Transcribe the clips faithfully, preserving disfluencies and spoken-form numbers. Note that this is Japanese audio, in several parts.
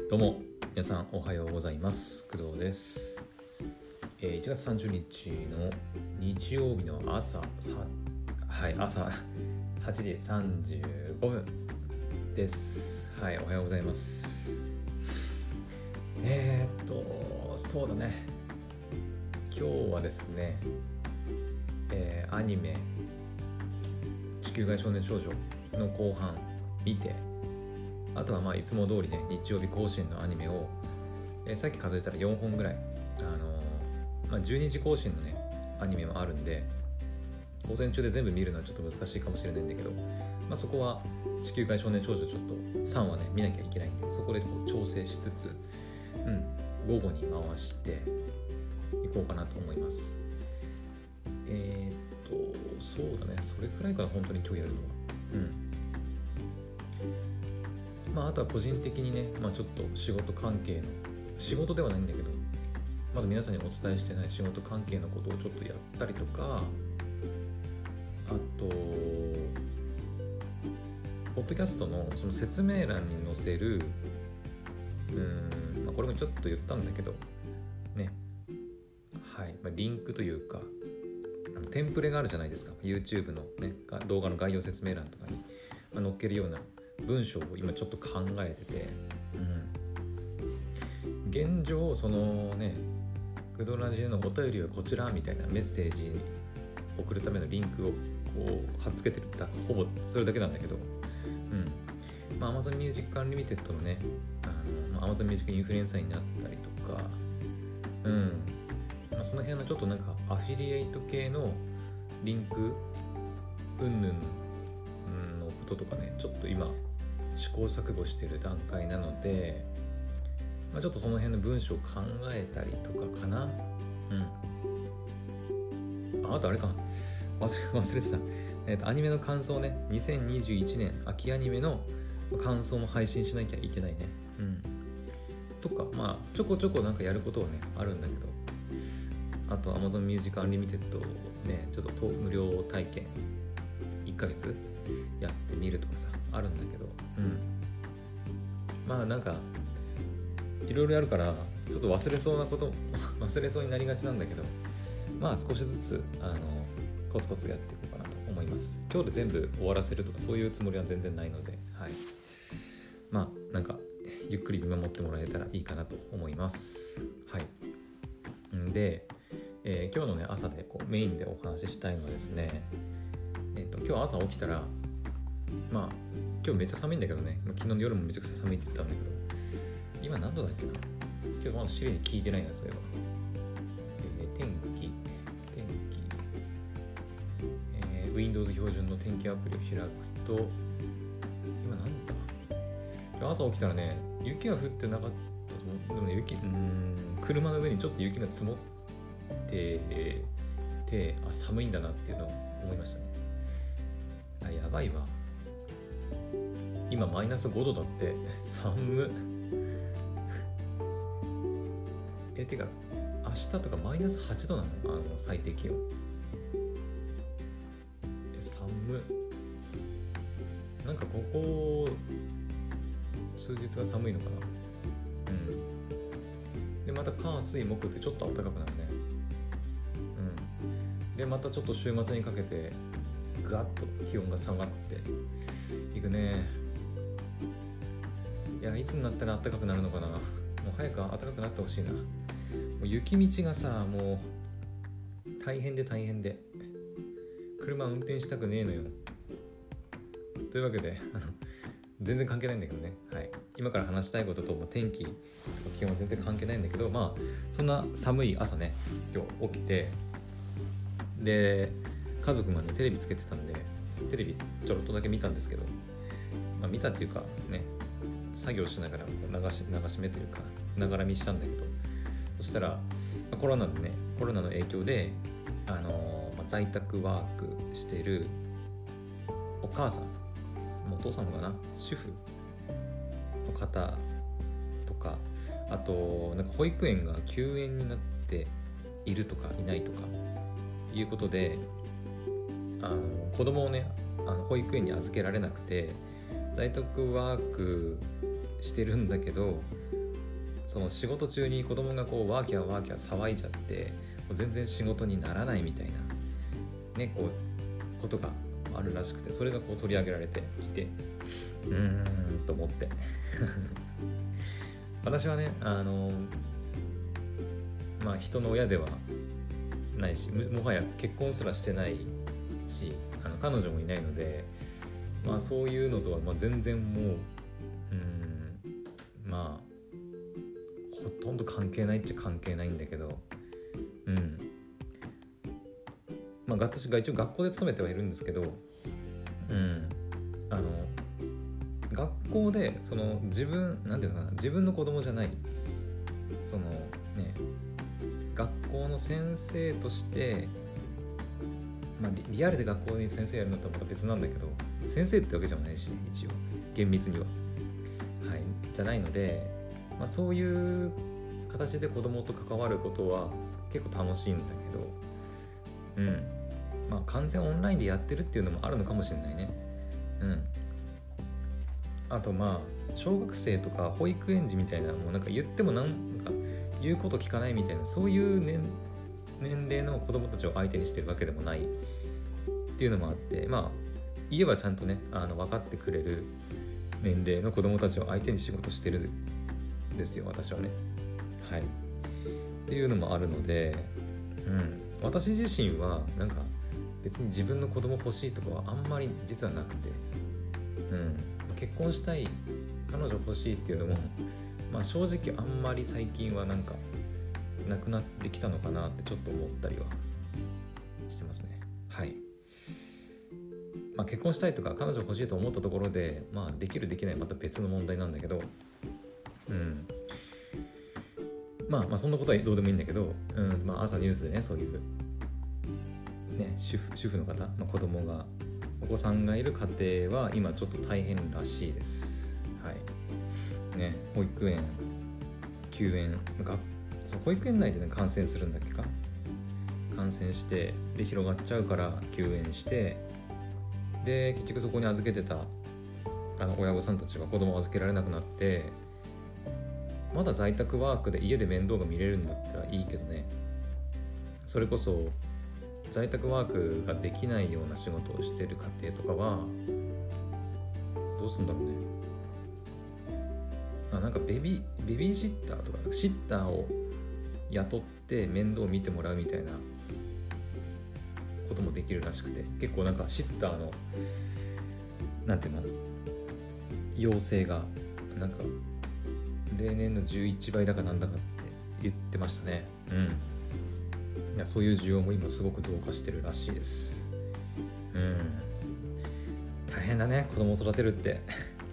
どうも皆さんおはようございます。工藤です。えー、いちがつさんじゅうにちの日曜日の朝さはい朝はちじさんじゅうごふんです。はい、おはようございます。えーっとそうだね今日はですね、えー、アニメ地球外少年少女の後半見て、あとはまあいつも通りね日曜日更新のアニメを、えー、さっき数えたらよんほんぐらい、あのーまあ、じゅうにじ更新のねアニメもあるんで、午前中で全部見るのはちょっと難しいかもしれないんだけど、まあ、そこは地球外少年少女ちょっとさんわね見なきゃいけないんで、そこでこう調整しつつ、うん、午後に回していこうかなと思います。えー、っとそうだねそれくらいかな本当に今日やるのは。うんまあ、あとは個人的にね、まあ、ちょっと仕事関係の仕事ではないんだけど、まだ皆さんにお伝えしてない仕事関係のことをちょっとやったりとか、あとポッドキャストのその説明欄に載せるうーん、まあ、これもちょっと言ったんだけどね、はい、まあ、リンクというかあのテンプレがあるじゃないですか。 YouTube のね動画の概要説明欄とかに、まあ、載っけるような文章を今ちょっと考えてて、うん、現状そのねクドラジのお便りはこちらみたいなメッセージに送るためのリンクをこう貼っつけてるってほぼそれだけなんだけど、うんまあ、Amazon Music Unlimited のねあの、まあ、Amazon Music インフルエンサーになったりとか、うんまあ、その辺のちょっとなんかアフィリエイト系のリンクうんぬんのこととかねちょっと今試行錯誤している段階なので、まあ、ちょっとその辺の文章を考えたりとかかな。うんああとあれか忘れ忘れてた、えーと、アニメの感想ねにせんにじゅういちねん秋アニメの感想も配信しなきゃいけないね。うんとかまあちょこちょこなんかやることはねあるんだけど、あと Amazon Music Unlimited ねちょっと無料体験いっかげつやってみるとかさあるんだけど、うんまあなんかいろいろやるからちょっと忘れそうなこと忘れそうになりがちなんだけど、まあ少しずつあのコツコツやっていこうかなと思います。今日で全部終わらせるとかそういうつもりは全然ないので、はい、まあなんかゆっくり見守ってもらえたらいいかなと思います。はいんで、えー、今日のね朝でこうメインでお話ししたいのはですね、えーと、今日朝起きたらまあ今日めっちゃ寒いんだけどね、昨日の夜もめちゃくちゃ寒いって言ったんだけど、今何度だっけな、今日まだシリに聞いてないなそういえば、えー、天気天気、えー、Windows 標準の天気アプリを開くと今何だ今日朝起きたらね雪が降ってなかったと思う。でもね雪うーん車の上にちょっと雪が積もってて、あ寒いんだなっていうのを思いましたね。あやばいわ今マイナスごどだって寒っえてか明日とかマイナスはちどなのあの最低気温え寒っなんかここ数日は寒いのかな。うんでまた火水木ってちょっと暖かくなるね。うんでまたちょっと週末にかけてガッと気温が下がっていくね。いやいつになったら暖かくなるのかな。もう早く暖かくなってほしいな。もう雪道がさもう大変で大変で車運転したくねえのよ。というわけであの全然関係ないんだけどね、はい、今から話したいことと天気と気温は全然関係ないんだけど、まあそんな寒い朝ね今日起きて、で家族がねテレビつけてたんでテレビちょろっとだけ見たんですけど、まあ見たっていうかね作業しながら流し流し目というかながら見したんだけど、そしたら、まあ、コロナでねコロナの影響であのーまあ、在宅ワークしているお母さんお父さんかな主婦の方とか、あとなんか保育園が休園になっているとかいないとかいうことで、あの子供をねあの保育園に預けられなくて在宅ワークしてるんだけどその仕事中に子供がこうワーキャーワーキャー騒いじゃってもう全然仕事にならないみたいなねこうことがあるらしくて、それがこう取り上げられていて、うーんと思って私はねあのまあ人の親ではないし、もはや結婚すらしてないし、あの彼女もいないので、まあそういうのとはまあ全然もう、うーんまあほとんど関係ないっちゃ関係ないんだけど、うんまあ私が一応学校で勤めてはいるんですけど、うんあの学校でその自分なんていうのかな、自分の子供じゃないそのね学校の先生として、まあ、リ, リアルで学校に先生やるのとはまた別なんだけど、先生ってわけじゃないしね、一応厳密には、はい、じゃないので、まあ、そういう形で子供と関わることは結構楽しいんだけど、うんまあ完全オンラインでやってるっていうのもあるのかもしれないね。うんあとまあ小学生とか保育園児みたいな、もうなんか言ってもなんか言うこと聞かないみたいな、そういう年年齢の子供たちを相手にしてるわけでもないっていうのもあって、まあ言えばちゃんとねあの分かってくれる年齢の子供たちを相手に仕事してるんですよ、私はね。はいっていうのもあるので、うん私自身はなんか別に自分の子供欲しいとかはあんまり実はなくて、うん結婚したい、彼女欲しいっていうのも、まあ、正直あんまり最近はなんかなくなってきたのかなってちょっと思ったりはしてますね。はい、まあ、結婚したいとか彼女欲しいと思ったところで、まあ、できるできないまた別の問題なんだけど、うんまあまあそんなことはどうでもいいんだけど、うんまあ、朝ニュースでねそういうね主婦、主婦の方の子供がお子さんがいる家庭は今ちょっと大変らしいです。はいね、保育園休園がそう保育園内で、ね、感染するんだっけか感染してで広がっちゃうから休園して、で結局そこに預けてたあの親御さんたちが子供を預けられなくなって、まだ在宅ワークで家で面倒が見れるんだったらいいけどね、それこそ在宅ワークができないような仕事をしている家庭とかはどうするんだろうね。あなんかベビーベビーシッターとかシッターを雇って面倒を見てもらうみたいなこともできるらしくて、結構なんかシッターのなんていうの要請がなんか例年のじゅういちばいだかなんだかって言ってましたね。うんいやそういう需要も今すごく増加してるらしいです。うん大変だね子供を育てるって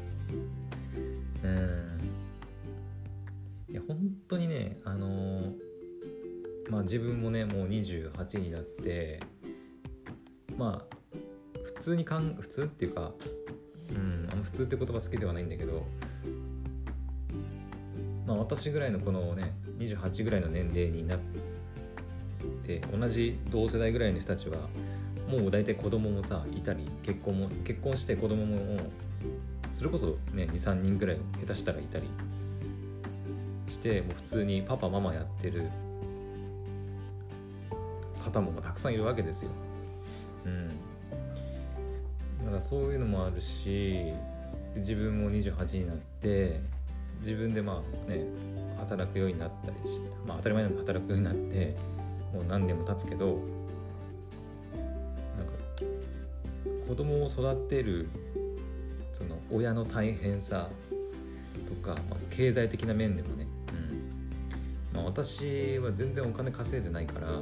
うんいや本当にねあのー、まあ自分もねもうにじゅうはちになって、まあ普通にかん普通っていうかうんあんま普通って言葉好きではないんだけど、まあ私ぐらいのこのねにじゅうはちぐらいの年齢になってで同じ同世代ぐらいの人たちはもう大体子供もさいたり結婚も結婚して子供もそれこそね にさんにんぐらい下手したらいたりしてもう普通にパパママやってる方もたくさんいるわけですよ。うんだからそういうのもあるし、自分もにじゅうはちになって自分でまあね働くようになったりして、まあ当たり前なんで働くようになってもう何年も経つけど、なんか子供を育てるその親の大変さとか、まあ、経済的な面でもね、うんまあ、私は全然お金稼いでないから、うん、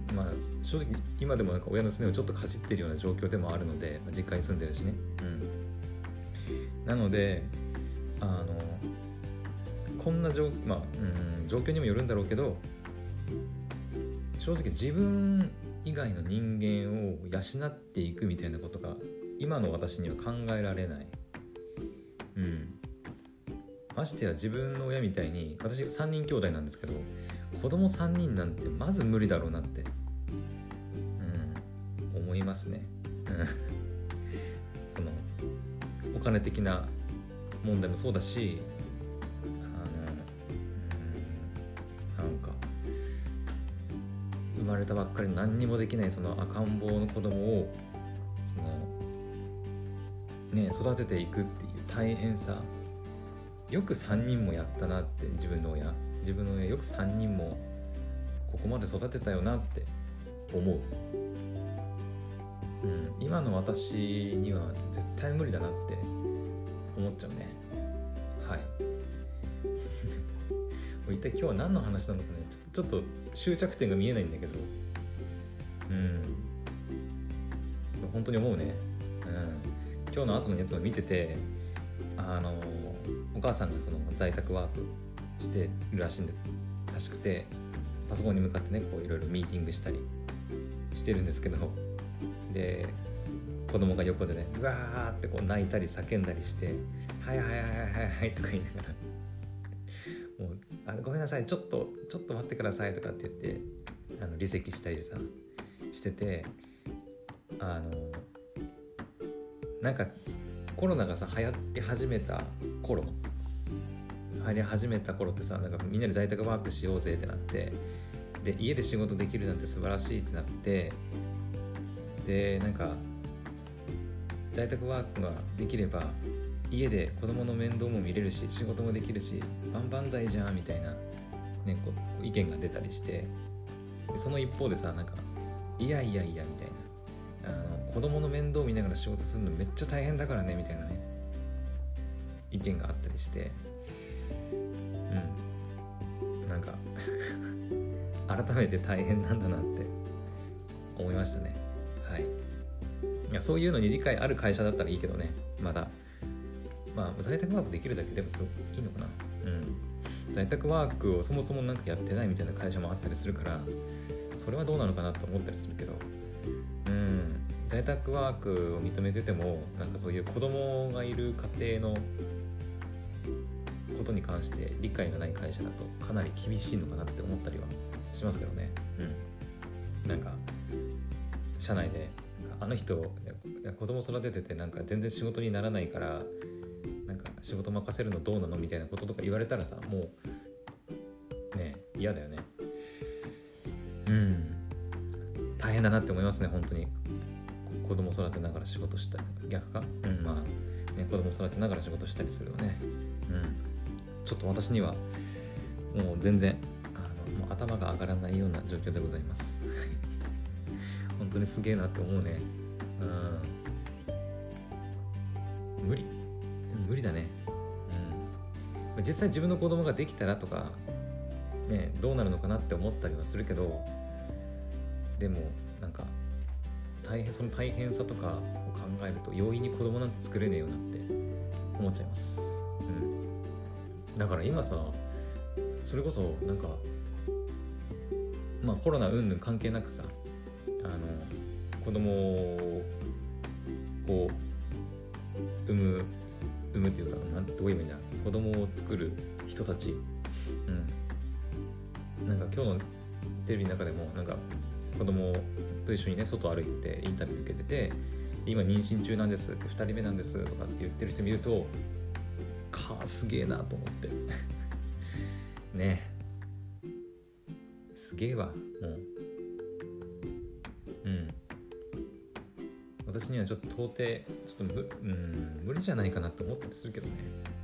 まあ正直今でもなんか親のすねをちょっとかじってるような状況でもあるので、まあ、実家に住んでるしね、うん、なのであのこんな状、まあうん、状況にもよるんだろうけど、正直自分以外の人間を養っていくみたいなことが今の私には考えられない。うん。ましてや自分の親みたいに、私さんにん兄弟なんですけど、子供さんにんなんてまず無理だろうなって、うん、思いますね。そのお金的な問題もそうだし、あの、うん、なんか生まれたばっかりの何にもできないその赤ん坊の子供をそのね育てていくっていう大変さ、よくさんにんもやったなって、自分の親自分の親よくさんにんもここまで育てたよなって思う。うん、今の私には絶対無理だなって思っちゃうね。はい一体今日は何の話なのかね、ちょっと、ちょっと終着点が見えないんだけど、うん本当に思うね。うん、今日の朝のやつを見てて、あのお母さんがその在宅ワークしてるらしいんでらしくて、パソコンに向かってねこういろいろミーティングしたりしてるんですけど、で子供が横でねうわーってこう泣いたり叫んだりしてはいはいはいはいはいとか言いながらもうあごめんなさいちょっとちょっと待ってくださいとかって言ってあの離席したりさしてて、あのなんかコロナがさ流行り始めた頃流行り始めた頃ってさ、なんかみんなで在宅ワークしようぜってなって、で家で仕事できるなんて素晴らしいってなって、でなんか在宅ワークができれば家で子供の面倒も見れるし仕事もできるし万々歳じゃんみたいな、ね、こう意見が出たりして、でその一方でさなんかいやいやいやみたいな、あの子供の面倒見ながら仕事するのめっちゃ大変だからねみたいなね意見があったりして、うんなんか改めて大変なんだなって思いましたね。はい。いやそういうのに理解ある会社だったらいいけどね、まだまあ在宅ワークできるだけでもすごくいいのかな。うん。在宅ワークをそもそもなんかやってないみたいな会社もあったりするから、それはどうなのかなと思ったりするけど、うん。在宅ワークを認めててもなんかそういう子供がいる家庭のことに関して理解がない会社だとかなり厳しいのかなって思ったりはしますけどね。うん。なんか社内であの人子供育てててなんか全然仕事にならないからなんか仕事任せるのどうなのみたいなこととか言われたらさ、もうね嫌だよね。うん大変だなって思いますね本当に。子供育てながら仕事したり逆かうんまあね子供育てながら仕事したりするのね。うんちょっと私にはもう全然あのもう頭が上がらないような状況でございます本当にすげえなって思うね。うん無理無理だね。うん実際自分の子供ができたらとかねどうなるのかなって思ったりはするけど、でもなんか大変その大変さとかを考えると容易に子供なんて作れねえよなって思っちゃいます。うんだから今さそれこそなんかまあコロナ云々関係なくさあの子供を産む産むっていうかなんどう言えばいいんだ子供を作る人たち、うん、なんか今日のテレビの中でもなんか子供と一緒にね外歩いてインタビュー受けてて今妊娠中なんですふたりめなんですとかって言ってる人見るとかーすげえなと思ってねえすげえわもううん私にはちょっと到底ちょっとむ、うん、無理じゃないかなと思ったりするけどね。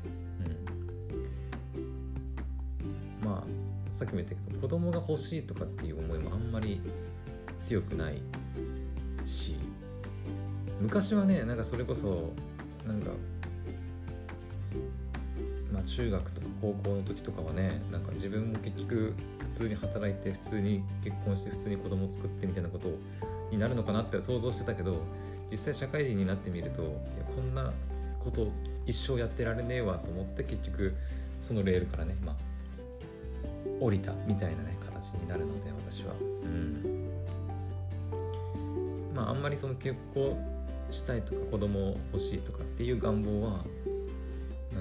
うんまあさっきも言ったけど子供が欲しいとかっていう思いもあんまり強くないし、昔はねなんかそれこそなんかまあ中学とか高校の時とかはねなんか自分も結局普通に働いて普通に結婚して普通に子供を作ってみたいなことになるのかなって想像してたけど、実際社会人になってみるといやこんなこと一生やってられねえわと思って結局そのレールからねまあ降りたみたいなね形になるので私はうんまああんまりその結婚したいとか子供欲しいとかっていう願望はう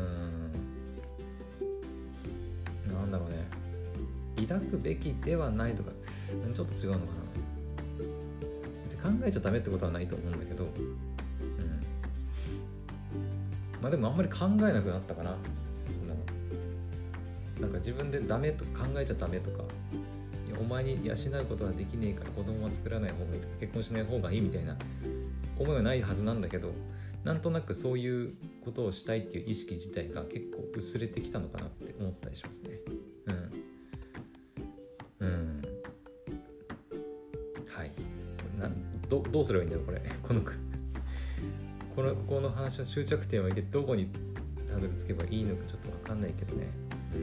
ーんなんだろうね抱くべきではないとかちょっと違うのかな。考えちゃダメってことはないと思うんだけど、うん、 まあでもあんまり考えなくなったかな。そのなんか自分でダメと考えちゃダメとか、いやお前に養うことはできねえから子供は作らない方がいいとか、結婚しない方がいいみたいな思いはないはずなんだけど、なんとなくそういうことをしたいっていう意識自体が結構薄れてきたのかなって思ったりしますね。うんうんはいな ど, どうすればいいんだろうこれこのこのこの話の終着点を置いてどこにたどり着けばいいのかちょっと分かんないけどね。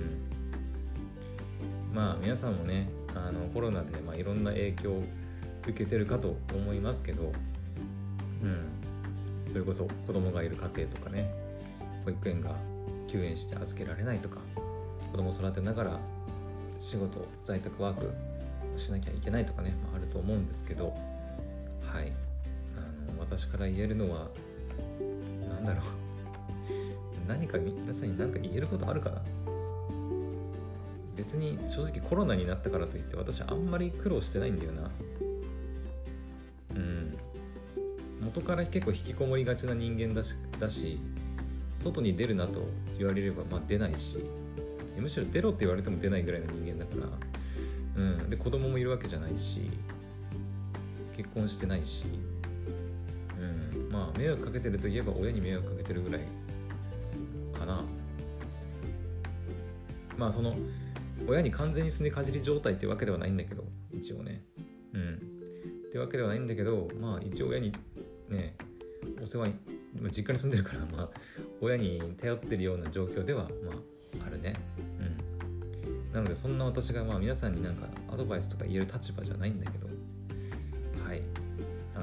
うんまあ皆さんもね、あのコロナでまあいろんな影響を受けてるかと思いますけど、うんそれこそ子供がいる家庭とかね、保育園が休園して預けられないとか、子供を育てながら仕事在宅ワークしなきゃいけないとかね、まあ、あると思うんですけど、はいあの私から言えるのはなんだろう何か皆さんに何か言えることあるかな。別に正直コロナになったからといって私はあんまり苦労してないんだよな。うん元から結構引きこもりがちな人間だし、だし外に出るなと言われればまあ出ないし、むしろ出ろって言われても出ないぐらいの人間だから、うん、で子供もいるわけじゃないし、結婚してないし、うん、まあ迷惑かけてるといえば親に迷惑かけてるぐらいかな。まあその親に完全にすねかじり状態ってわけではないんだけど、一応ね、うんってわけではないんだけど、まあ一応親にねお世話に実家に住んでるから、まあ親に頼ってるような状況ではまああるね。うんなのでそんな私がまあ皆さんになんかアドバイスとか言える立場じゃないんだけど、はいあの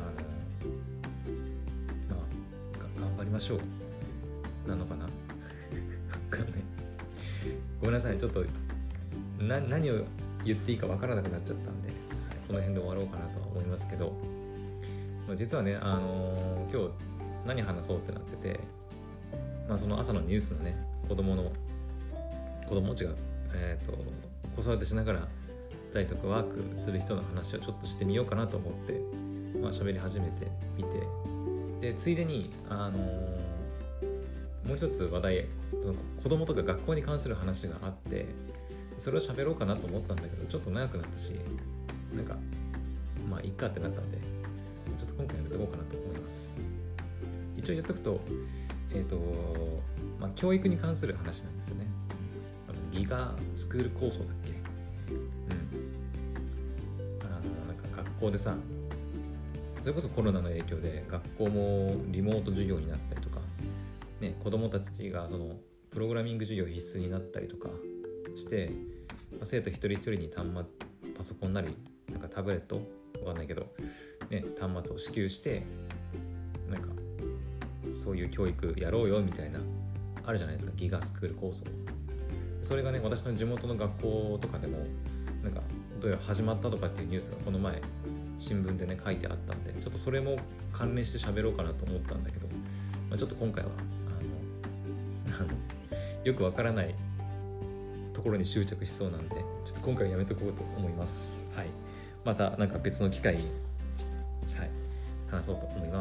まあ頑張りましょうなのかなわかんないごめんなさい、ちょっとな何を言っていいかわからなくなっちゃったんで、この辺で終わろうかなとは思いますけど、実はね、あのー、今日何話そうってなってて、まあ、その朝のニュースのね、子供の子供違う、えーと、子育てしながら在宅ワークする人の話をちょっとしてみようかなと思って、まあ、喋り始めてみて、でついでに、あのー、もう一つ話題、その子供とか学校に関する話があって、それを喋ろうかなと思ったんだけど、ちょっと長くなったし、なんかまあいいかってなったんで、ちょっと今回やめておこうかなと思います。一応言っとくと、えっと、まあ教育に関する話なんですよね。あのギガスクール構想だっけ？うん。あのなんか学校でさ、それこそコロナの影響で学校もリモート授業になったりとか、ね、子供たちがそのプログラミング授業必須になったりとかして、まあ、生徒一人一人に端末、パソコンなりなんかタブレットわかんないけど、ね、端末を支給してなんかそういう教育やろうよみたいなあるじゃないですか、ギガスクール構想。それがね、私の地元の学校とかでもなんかどうやら始まったとかっていうニュースがこの前新聞でね書いてあったんで、ちょっとそれも関連して喋ろうかなと思ったんだけど、まあ、ちょっと今回はあのあのよくわからないところに執着しそうなんで、ちょっと今回はやめとこうと思います。はい、またなんか別の機会に、はい、話そうと思います。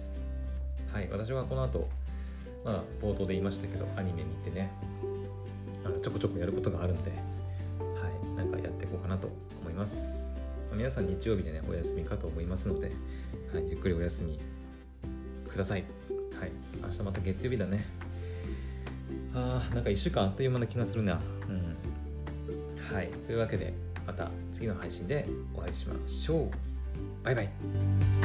はい、私はこの後、まあ冒頭で言いましたけど、アニメ見てね、あのちょこちょこやることがあるんで、はい、なんかやっていこうかなと思います。まあ、皆さん日曜日でねお休みかと思いますので、はい、ゆっくりお休みください。はい、明日また月曜日だね。あーなんかいっしゅうかんあっという間な気がするな。うん。はい、というわけでまた次の配信でお会いしましょう。バイバイ。